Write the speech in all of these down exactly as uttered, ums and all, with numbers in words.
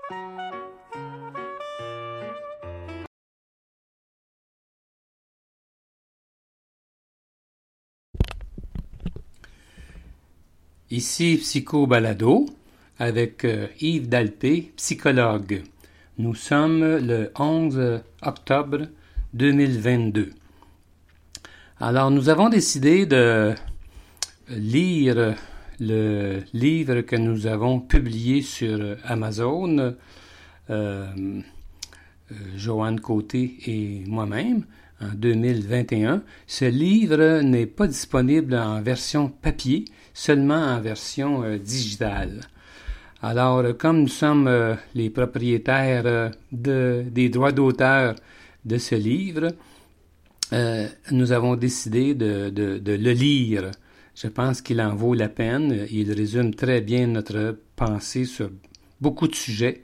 Ici Psycho Balado avec euh, Yves Dalpé, psychologue. Nous sommes le onze octobre deux mille vingt-deux. Alors, nous avons décidé de lire le livre que nous avons publié sur Amazon, euh, euh, Joanne Côté et moi-même, en deux mille vingt et un. Ce livre n'est pas disponible en version papier, seulement en version euh, digitale. Alors, comme nous sommes euh, les propriétaires euh, de, des droits d'auteur de ce livre, euh, nous avons décidé de, de, de le lire. Je pense qu'il en vaut la peine. Il résume très bien notre pensée sur beaucoup de sujets.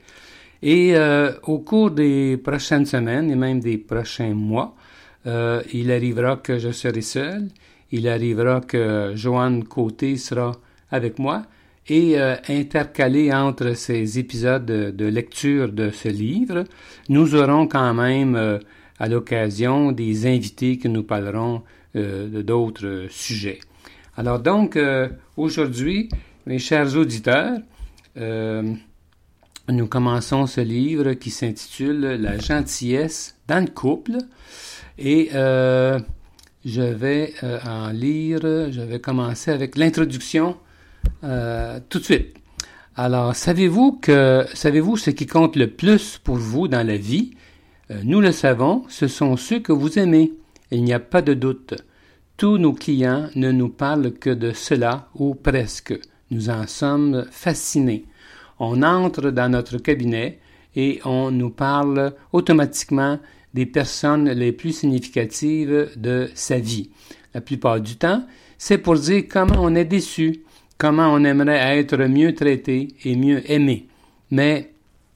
Et euh, au cours des prochaines semaines et même des prochains mois, euh, il arrivera que je serai seul. Il arrivera que Joanne Côté sera avec moi et euh, intercalé entre ces épisodes de, de lecture de ce livre, nous aurons quand même euh, à l'occasion des invités qui nous parleront euh, de d'autres sujets. Alors donc, euh, aujourd'hui, mes chers auditeurs, euh, nous commençons ce livre qui s'intitule « La gentillesse dans le couple » et euh, je vais euh, en lire, je vais commencer avec l'introduction euh, tout de suite. Alors, savez-vous que savez-vous ce qui compte le plus pour vous dans la vie? Euh, nous le savons, ce sont ceux que vous aimez. Il n'y a pas de doute. Tous nos clients ne nous parlent que de cela, ou presque. Nous en sommes fascinés. On entre dans notre cabinet et on nous parle automatiquement des personnes les plus significatives de sa vie. La plupart du temps, c'est pour dire comment on est déçu, comment on aimerait être mieux traité et mieux aimé. Mais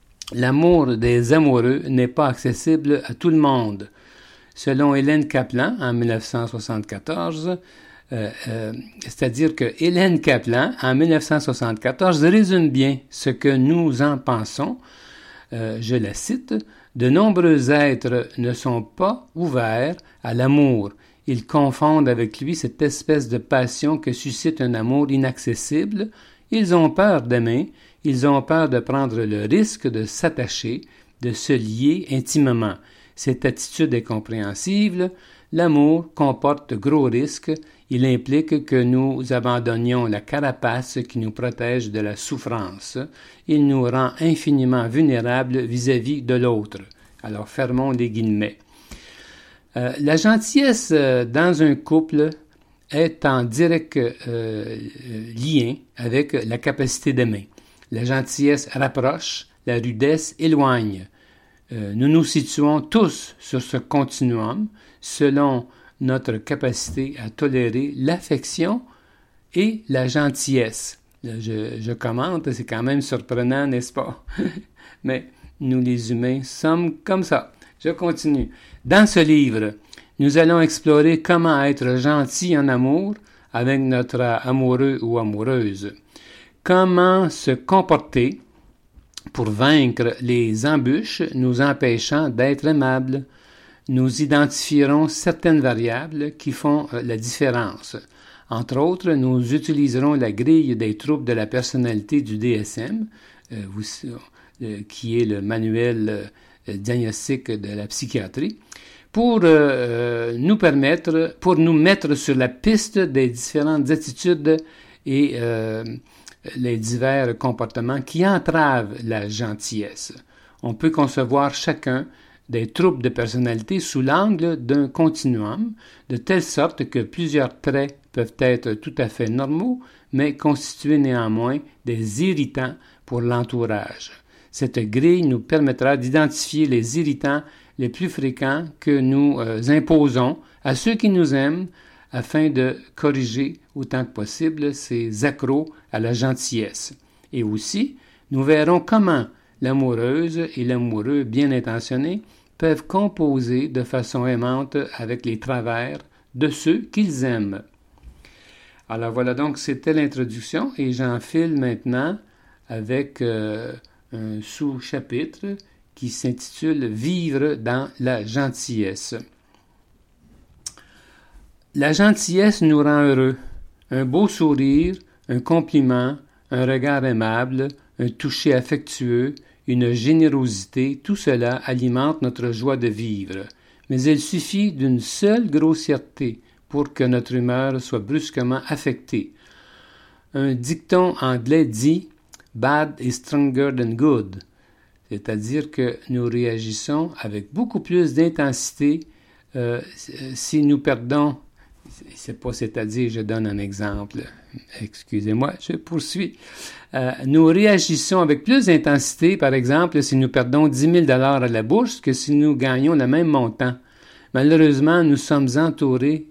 l'amour des amoureux n'est pas accessible à tout le monde. Selon Hélène Kaplan, en dix-neuf cent soixante-quatorze, euh, euh, c'est-à-dire que Hélène Kaplan, en dix-neuf cent soixante-quatorze, résume bien ce que nous en pensons. Euh, je la cite, « De nombreux êtres ne sont pas ouverts à l'amour. Ils confondent avec lui cette espèce de passion que suscite un amour inaccessible. Ils ont peur d'aimer, ils ont peur de prendre le risque de s'attacher, de se lier intimement. Cette attitude est compréhensible. L'amour comporte de gros risques. Il implique que nous abandonnions la carapace qui nous protège de la souffrance. Il nous rend infiniment vulnérables vis-à-vis de l'autre. » Alors, fermons les guillemets. Euh, la gentillesse euh, dans un couple est en direct euh, lien avec la capacité d'aimer. La gentillesse rapproche, la rudesse éloigne. Euh, nous nous situons tous sur ce continuum selon notre capacité à tolérer l'affection et la gentillesse. Là, je, je commente, c'est quand même surprenant, n'est-ce pas? Mais nous les humains sommes comme ça. Je continue. Dans ce livre, nous allons explorer comment être gentil en amour avec notre amoureux ou amoureuse. Comment se comporter pour vaincre les embûches nous empêchant d'être aimables. Nous identifierons certaines variables qui font la différence. Entre autres, nous utiliserons la grille des troubles de la personnalité du D S M, euh, vous, euh, qui est le manuel euh, diagnostique de la psychiatrie, pour euh, nous permettre, pour nous mettre sur la piste des différentes attitudes et euh, les divers comportements qui entravent la gentillesse. On peut concevoir chacun des troubles de personnalité sous l'angle d'un continuum, de telle sorte que plusieurs traits peuvent être tout à fait normaux, mais constituer néanmoins des irritants pour l'entourage. Cette grille nous permettra d'identifier les irritants les plus fréquents que nous euh, imposons à ceux qui nous aiment afin de corriger autant que possible ces accros à la gentillesse. Et aussi, nous verrons comment l'amoureuse et l'amoureux bien intentionnés peuvent composer de façon aimante avec les travers de ceux qu'ils aiment. Alors voilà, donc c'était l'introduction et j'enfile maintenant avec euh, un sous-chapitre qui s'intitule « Vivre dans la gentillesse ». La gentillesse nous rend heureux. Un beau sourire, un compliment, un regard aimable, un toucher affectueux, une générosité, tout cela alimente notre joie de vivre. Mais il suffit d'une seule grossièreté pour que notre humeur soit brusquement affectée. Un dicton anglais dit « Bad is stronger than good », c'est-à-dire que nous réagissons avec beaucoup plus d'intensité euh, si nous perdons. C'est pas c'est-à-dire, je donne un exemple. Excusez-moi, je poursuis. Euh, nous réagissons avec plus d'intensité, par exemple, si nous perdons dix mille dollars à la bourse que si nous gagnons le même montant. Malheureusement, nous sommes entourés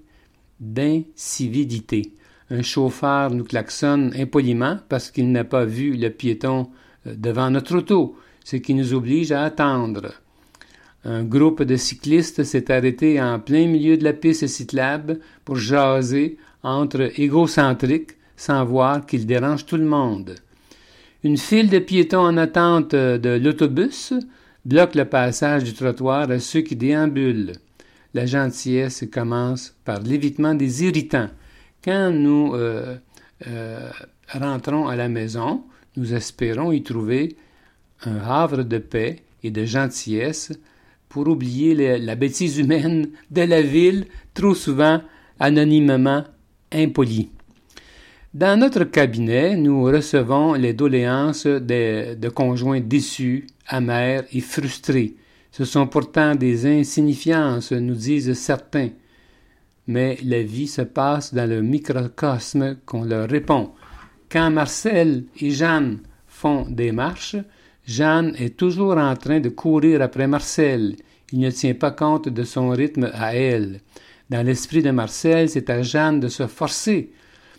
d'incivilité. Un chauffeur nous klaxonne impoliment parce qu'il n'a pas vu le piéton devant notre auto, ce qui nous oblige à attendre. Un groupe de cyclistes s'est arrêté en plein milieu de la piste cyclable pour jaser entre égocentriques sans voir qu'il dérange tout le monde. Une file de piétons en attente de l'autobus bloque le passage du trottoir à ceux qui déambulent. La gentillesse commence par l'évitement des irritants. Quand nous euh, euh, rentrons à la maison, nous espérons y trouver un havre de paix et de gentillesse pour oublier le, la bêtise humaine de la ville, trop souvent anonymement impolie. Dans notre cabinet, nous recevons les doléances de, de conjoints déçus, amers et frustrés. Ce sont pourtant des insignifiances, nous disent certains. Mais la vie se passe dans le microcosme qu'on leur répond. Quand Marcel et Jeanne font des marches, Jeanne est toujours en train de courir après Marcel. Il ne tient pas compte de son rythme à elle. Dans l'esprit de Marcel, c'est à Jeanne de se forcer.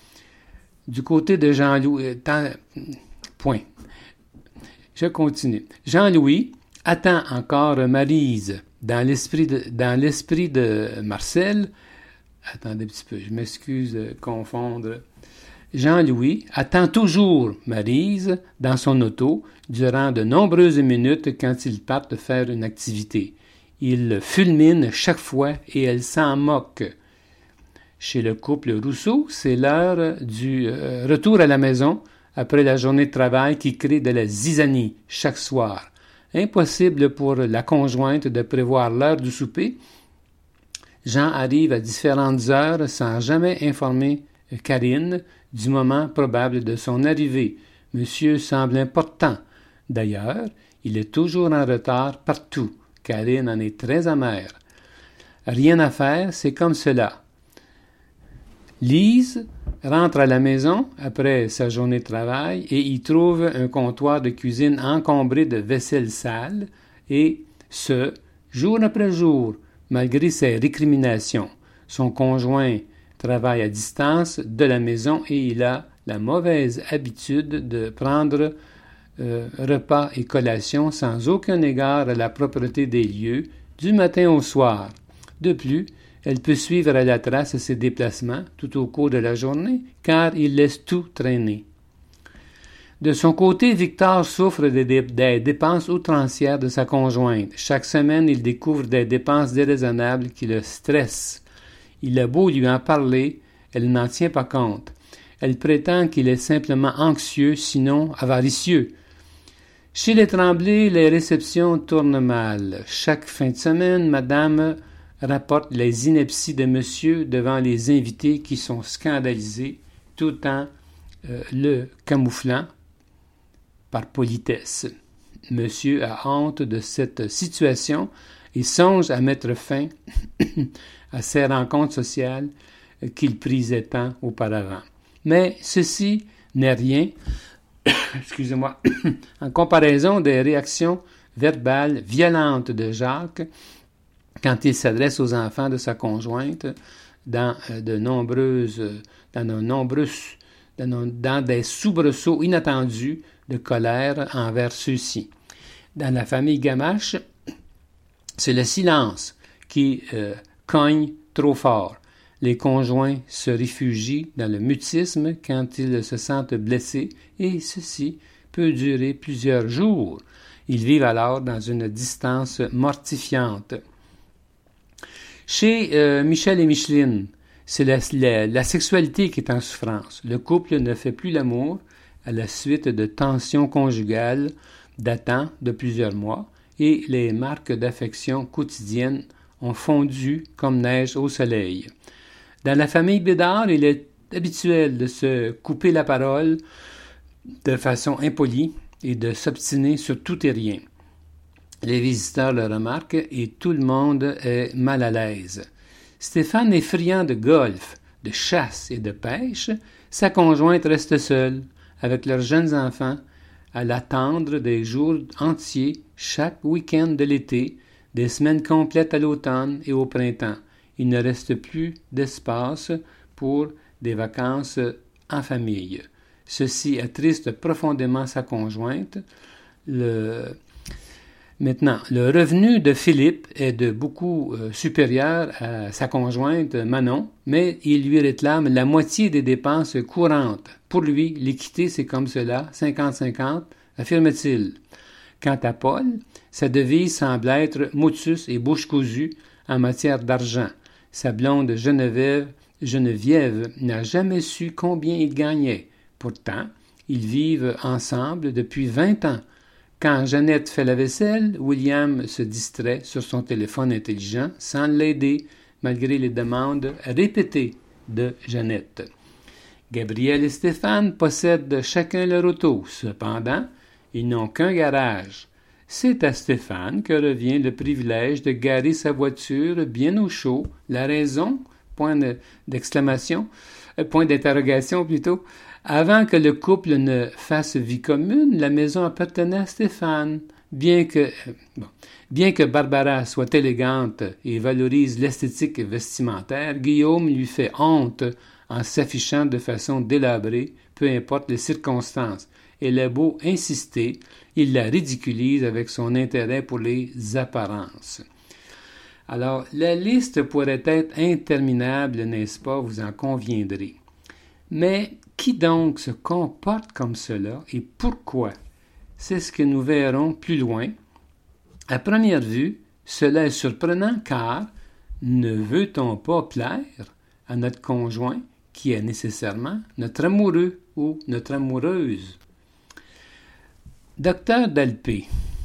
Du côté de Jean-Louis... Tant, point. Je continue. Jean-Louis attend encore Maryse. Dans l'esprit de, dans l'esprit de Marcel... Attendez un petit peu, je m'excuse de confondre... Jean-Louis attend toujours Maryse dans son auto durant de nombreuses minutes quand ils partent faire une activité. Il fulmine chaque fois et elle s'en moque. Chez le couple Rousseau, c'est l'heure du euh, retour à la maison après la journée de travail qui crée de la zizanie chaque soir. Impossible pour la conjointe de prévoir l'heure du souper. Jean arrive à différentes heures sans jamais informer Karine du moment probable de son arrivée. Monsieur semble important. D'ailleurs, il est toujours en retard partout. Karine en est très amère. Rien à faire, c'est comme cela. Lise rentre à la maison après sa journée de travail et y trouve un comptoir de cuisine encombré de vaisselle sale et ce, jour après jour, malgré ses récriminations. Son conjoint travaille à distance de la maison et il a la mauvaise habitude de prendre euh, repas et collations sans aucun égard à la propreté des lieux, du matin au soir. De plus, elle peut suivre à la trace ses déplacements tout au cours de la journée, car il laisse tout traîner. De son côté, Victor souffre des, dé- des dépenses outrancières de sa conjointe. Chaque semaine, il découvre des dépenses déraisonnables qui le stressent. Il a beau lui en parler, elle n'en tient pas compte. Elle prétend qu'il est simplement anxieux, sinon avaricieux. Chez les Tremblay, les réceptions tournent mal. Chaque fin de semaine, Madame rapporte les inepties de Monsieur devant les invités qui sont scandalisés, tout en euh, le camouflant par politesse. Monsieur a honte de cette situation et songe à mettre fin à ces rencontres sociales qu'il prisait tant auparavant. Mais ceci n'est rien, excusez-moi, en comparaison des réactions verbales violentes de Jacques quand il s'adresse aux enfants de sa conjointe dans de nombreuses, dans de nombreux, dans, dans des soubresauts inattendus de colère envers ceux-ci. Dans la famille Gamache, c'est le silence qui euh, cogne trop fort. Les conjoints se réfugient dans le mutisme quand ils se sentent blessés et ceci peut durer plusieurs jours. Ils vivent alors dans une distance mortifiante. Chez euh, Michel et Micheline, c'est la, la, la sexualité qui est en souffrance. Le couple ne fait plus l'amour à la suite de tensions conjugales datant de plusieurs mois et les marques d'affection quotidiennes ont fondu comme neige au soleil. Dans la famille Bédard, il est habituel de se couper la parole de façon impolie et de s'obstiner sur tout et rien. Les visiteurs le remarquent et tout le monde est mal à l'aise. Stéphane est friand de golf, de chasse et de pêche. Sa conjointe reste seule, avec leurs jeunes enfants, à l'attendre des jours entiers chaque week-end de l'été, des semaines complètes à l'automne et au printemps. Il ne reste plus d'espace pour des vacances en famille. Ceci attriste profondément sa conjointe. Le... Maintenant, le revenu de Philippe est de beaucoup euh, supérieur à sa conjointe Manon, mais il lui réclame la moitié des dépenses courantes. Pour lui, l'équité, c'est comme cela, cinquante cinquante, affirme-t-il. Quant à Paul, sa devise semble être motus et bouche cousue en matière d'argent. Sa blonde Geneviève, Geneviève n'a jamais su combien il gagnait. Pourtant, ils vivent ensemble depuis vingt ans. Quand Jeannette fait la vaisselle, William se distrait sur son téléphone intelligent sans l'aider, malgré les demandes répétées de Jeannette. Gabriel et Stéphane possèdent chacun leur auto. Cependant, ils n'ont qu'un garage. C'est à Stéphane que revient le privilège de garer sa voiture bien au chaud. La raison, point d'exclamation, point d'interrogation plutôt. Avant que le couple ne fasse vie commune, la maison appartenait à Stéphane. Bien que, bon, bien que Barbara soit élégante et valorise l'esthétique vestimentaire, Guillaume lui fait honte en s'affichant de façon délabrée, peu importe les circonstances. Elle a beau insister, il la ridiculise avec son intérêt pour les apparences. Alors, la liste pourrait être interminable, n'est-ce pas, vous en conviendrez. Mais qui donc se comporte comme cela et pourquoi? C'est ce que nous verrons plus loin. À première vue, cela est surprenant car ne veut-on pas plaire à notre conjoint qui est nécessairement notre amoureux ou notre amoureuse? Docteur Dalpé,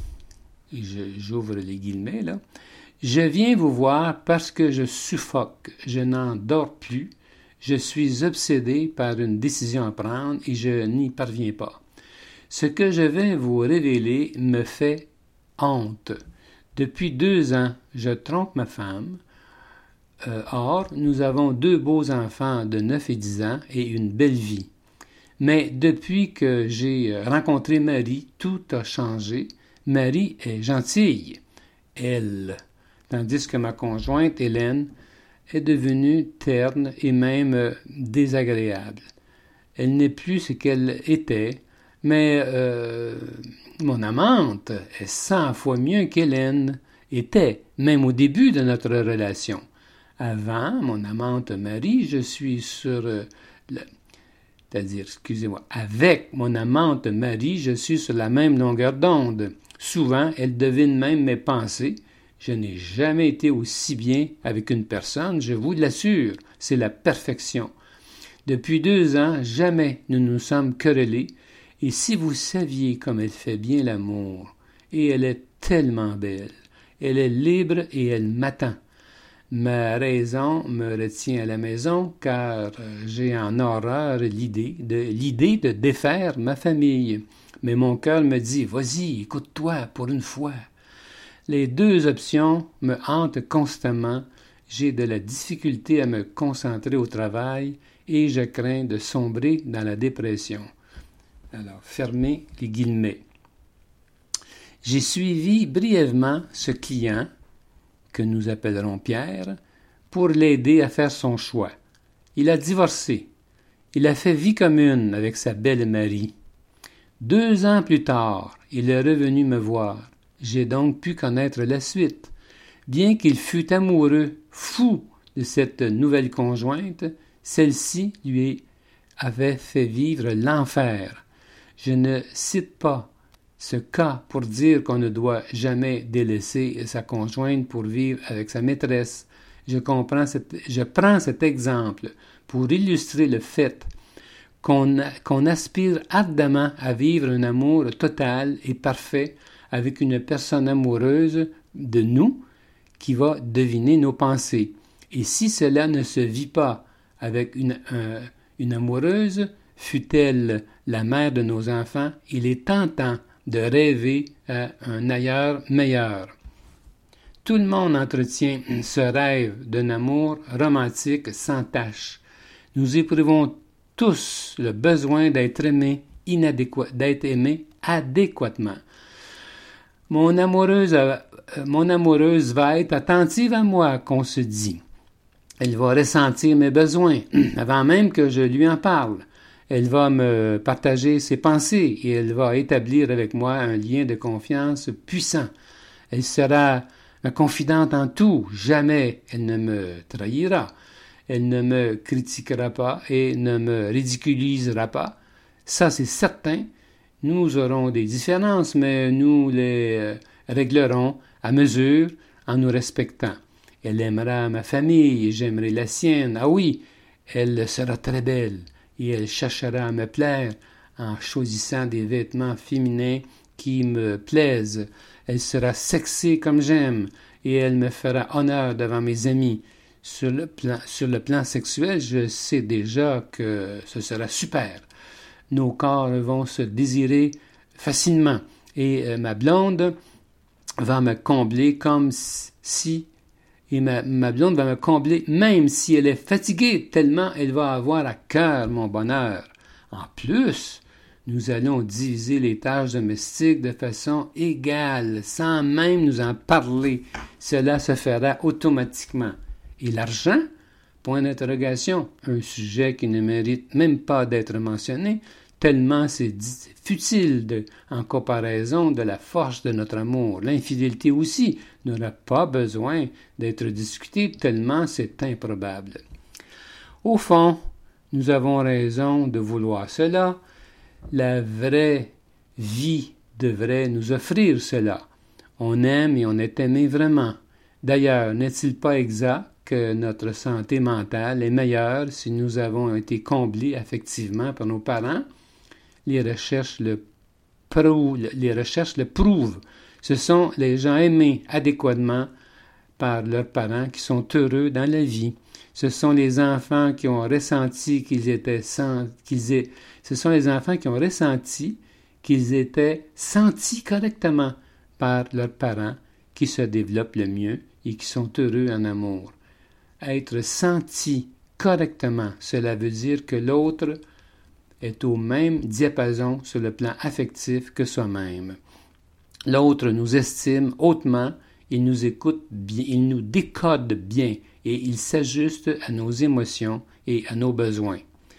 je, j'ouvre les guillemets là, je viens vous voir parce que je suffoque, je n'en dors plus. Je suis obsédé par une décision à prendre et je n'y parviens pas. Ce que je vais vous révéler me fait honte. Depuis deux ans, je trompe ma femme. Euh, or, nous avons deux beaux enfants de neuf et dix ans et une belle vie. Mais depuis que j'ai rencontré Marie, tout a changé. Marie est gentille, elle, tandis que ma conjointe, Hélène, est devenue terne et même désagréable. Elle n'est plus ce qu'elle était, mais euh, mon amante est cent fois mieux qu'Hélène était, même au début de notre relation. Avant, mon amante Marie, je suis sur... Euh, le, c'est-à-dire, excusez-moi, avec mon amante Marie, je suis sur la même longueur d'onde. Souvent, elle devine même mes pensées. Je n'ai jamais été aussi bien avec une personne, je vous l'assure, c'est la perfection. Depuis deux ans, jamais nous nous sommes querellés, et si vous saviez comme elle fait bien l'amour, et elle est tellement belle, elle est libre et elle m'attend. Ma raison me retient à la maison, car j'ai en horreur l'idée de, l'idée de défaire ma famille. Mais mon cœur me dit, vas-y, écoute-toi pour une fois. Les deux options me hantent constamment. J'ai de la difficulté à me concentrer au travail et je crains de sombrer dans la dépression. Alors, fermez les guillemets. J'ai suivi brièvement ce client, que nous appellerons Pierre, pour l'aider à faire son choix. Il a divorcé. Il a fait vie commune avec sa belle Marie. Deux ans plus tard, il est revenu me voir. J'ai donc pu connaître la suite. Bien qu'il fût amoureux, fou de cette nouvelle conjointe, celle-ci lui avait fait vivre l'enfer. Je ne cite pas ce cas pour dire qu'on ne doit jamais délaisser sa conjointe pour vivre avec sa maîtresse. Je, comprends cette, je prends cet exemple pour illustrer le fait qu'on, qu'on aspire ardemment à vivre un amour total et parfait avec une personne amoureuse de nous qui va deviner nos pensées. Et si cela ne se vit pas avec une, un, une amoureuse, fût-elle la mère de nos enfants, il est tentant de rêver à un ailleurs meilleur. Tout le monde entretient ce rêve d'un amour romantique sans tache. Nous éprouvons tous le besoin d'être aimés, inadéquat, d'être aimés adéquatement. Mon amoureuse, euh, mon amoureuse va être attentive à moi, qu'on se dit. Elle va ressentir mes besoins avant même que je lui en parle. Elle va me partager ses pensées et elle va établir avec moi un lien de confiance puissant. Elle sera ma confidente en tout. Jamais elle ne me trahira. Elle ne me critiquera pas et ne me ridiculisera pas. Ça, c'est certain. Nous aurons des différences, mais nous les réglerons à mesure en nous respectant. Elle aimera ma famille et j'aimerai la sienne. Ah oui, elle sera très belle et elle cherchera à me plaire en choisissant des vêtements féminins qui me plaisent. Elle sera sexy comme j'aime et elle me fera honneur devant mes amis. Sur le plan, sur le plan sexuel, je sais déjà que ce sera super. Nos corps vont se désirer facilement et euh, ma blonde va me combler comme si et ma, ma blonde va me combler même si elle est fatiguée tellement elle va avoir à cœur mon bonheur. En plus, nous allons diviser les tâches domestiques de façon égale sans même nous en parler. Cela se fera automatiquement. Et l'argent? Point d'interrogation, un sujet qui ne mérite même pas d'être mentionné, tellement c'est futile de, en comparaison de la force de notre amour. L'infidélité aussi n'aura pas besoin d'être discutée, tellement c'est improbable. Au fond, nous avons raison de vouloir cela. La vraie vie devrait nous offrir cela. On aime et on est aimé vraiment. D'ailleurs, n'est-il pas exact que notre santé mentale est meilleure si nous avons été comblés affectivement par nos parents? Les recherches le prouvent. Les recherches le prouvent. Ce sont les gens aimés adéquatement par leurs parents qui sont heureux dans la vie. Ce sont les enfants qui ont ressenti qu'ils étaient sans, qu'ils aient, ce sont les enfants qui ont ressenti qu'ils étaient sentis correctement par leurs parents qui se développent le mieux et qui sont heureux en amour. Être senti correctement, cela veut dire que l'autre est au même diapason sur le plan affectif que soi-même. L'autre nous estime hautement, il nous écoute bien, il nous décode bien et il s'ajuste à nos émotions et à nos besoins.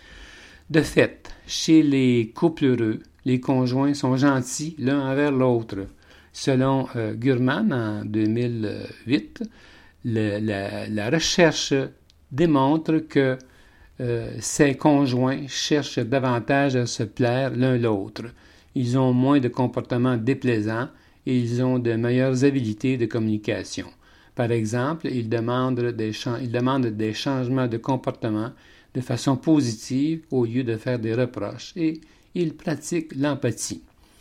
De fait, chez les couples heureux, les conjoints sont gentils l'un envers l'autre. Selon euh, Gurman, en deux mille huit, le, la, la recherche démontre que euh, ces conjoints cherchent davantage à se plaire l'un l'autre. Ils ont moins de comportements déplaisants et ils ont de meilleures habiletés de communication. Par exemple, ils demandent des, ils demandent des changements de comportement de façon positive au lieu de faire des reproches et ils pratiquent l'empathie.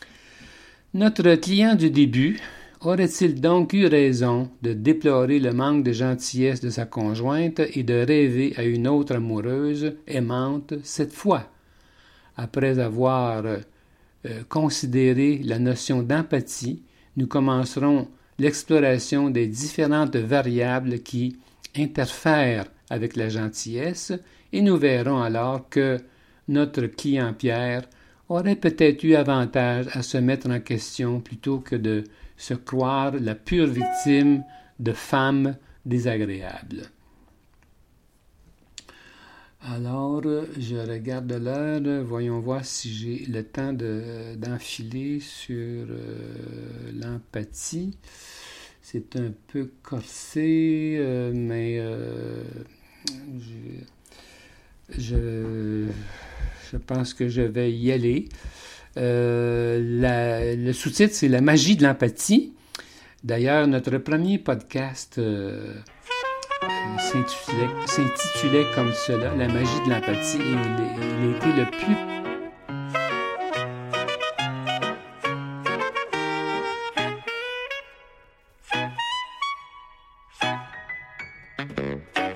Notre client du début aurait-il donc eu raison de déplorer le manque de gentillesse de sa conjointe et de rêver à une autre amoureuse aimante cette fois? Après avoir euh, considéré la notion d'empathie, nous commencerons l'exploration des différentes variables qui interfèrent avec la gentillesse et nous verrons alors que notre client Pierre aurait peut-être eu avantage à se mettre en question plutôt que de se croire la pure victime de femmes désagréables. Alors, je regarde l'heure, voyons voir si j'ai le temps de, d'enfiler sur euh, l'empathie. C'est un peu corsé, euh, mais euh, je, je, je pense que je vais y aller. Euh, la, le sous-titre, c'est La magie de l'empathie. D'ailleurs, notre premier podcast euh, s'intitulait, s'intitulait comme cela, La magie de l'empathie, et il, il a été le plus